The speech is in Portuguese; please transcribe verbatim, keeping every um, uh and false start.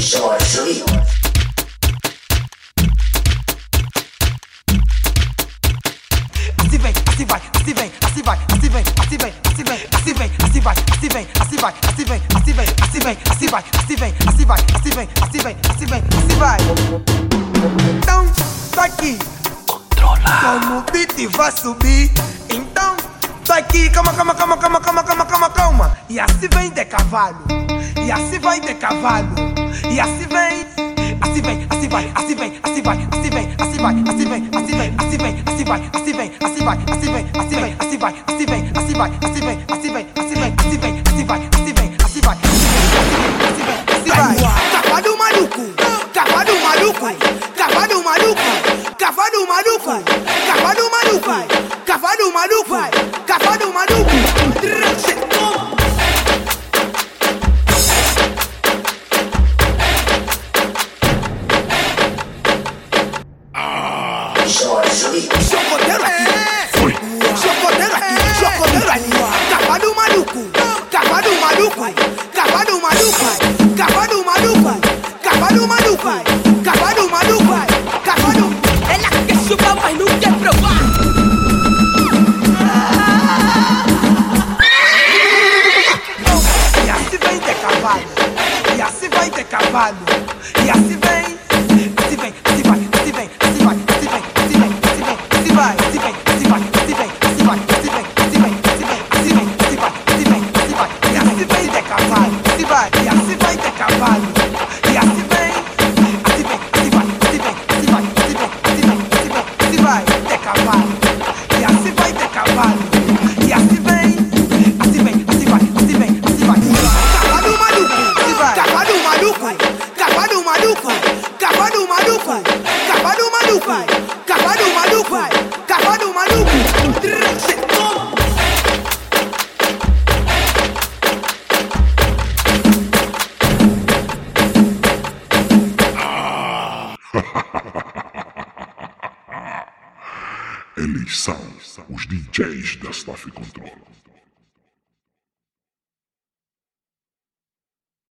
Jorge. Assim vem, assim vai, assim vem, assim vai, assim vem, assim vem, assim vem, assim vem, assim vai, assim vem, assim vai, assim vem, assim vem, assim vem, assim vai, assim vem, assim vai, assim vem, assim vem, assim vem, assim vai. Então, tá aqui. Controla. Como o beat vai subir, então tá aqui, calma, calma, calma, calma, calma, calma, calma, calma. E assim vem de cavalo, e assim vai de cavalo, e assim vem. Assim vem, assim vai, assim vem, assim vai, assim vem, assim vai, assim vem, assim vem, assim vem, assim vai, assim vem, assim vai, assim vem, assim vem, assim vai, assim vem, assim vai, assim vem, assim vem, assim vem, assim vem, assim vai, assim vem, assim vai, assim vem, assim vai. Cavalo maluco, cavalo maluco, cavalo maluco, cavalo maluco, cavalo maluco, cavalo maluco, cavalo maluco. Jorge. Chocoteiro aqui, chocoteiro aqui, chocoteiro ali. Cavalo maluco, cavalo maluco, cavalo maluco, cavalo maluco, cavalo maluco, cavalo maluco, cavalo. Ela quer chupar, mas não quer provar. E assim vem de cavalo, e assim vai de cavalo, e assim vem, assim vem, assim vai, assim vem, assim vai, assim vem, assim vem, assim vem, assim vai, assim vem, assim vai, assim vem, assim vai, assim vem, assim vem, assim vem, assim vem, assim vai, assim vem, assim vai, e assim vem de cavalo, assim vai, e assim vai de cavalo, e assim vem, assim vem, assim vai, assim vem, assim vai, assim vem, assim vem, assim vem, assim vai de cavalo, e assim vai de cavalo, e assim vem, assim vem, assim vai, assim vem, assim vai. Cavalo maluco, cavalo maluco, cavalo maluco, cavalo maluco, cavalo maluco, cavalo maluco, cavalo maluco. Eles são os D Js da Staff Control.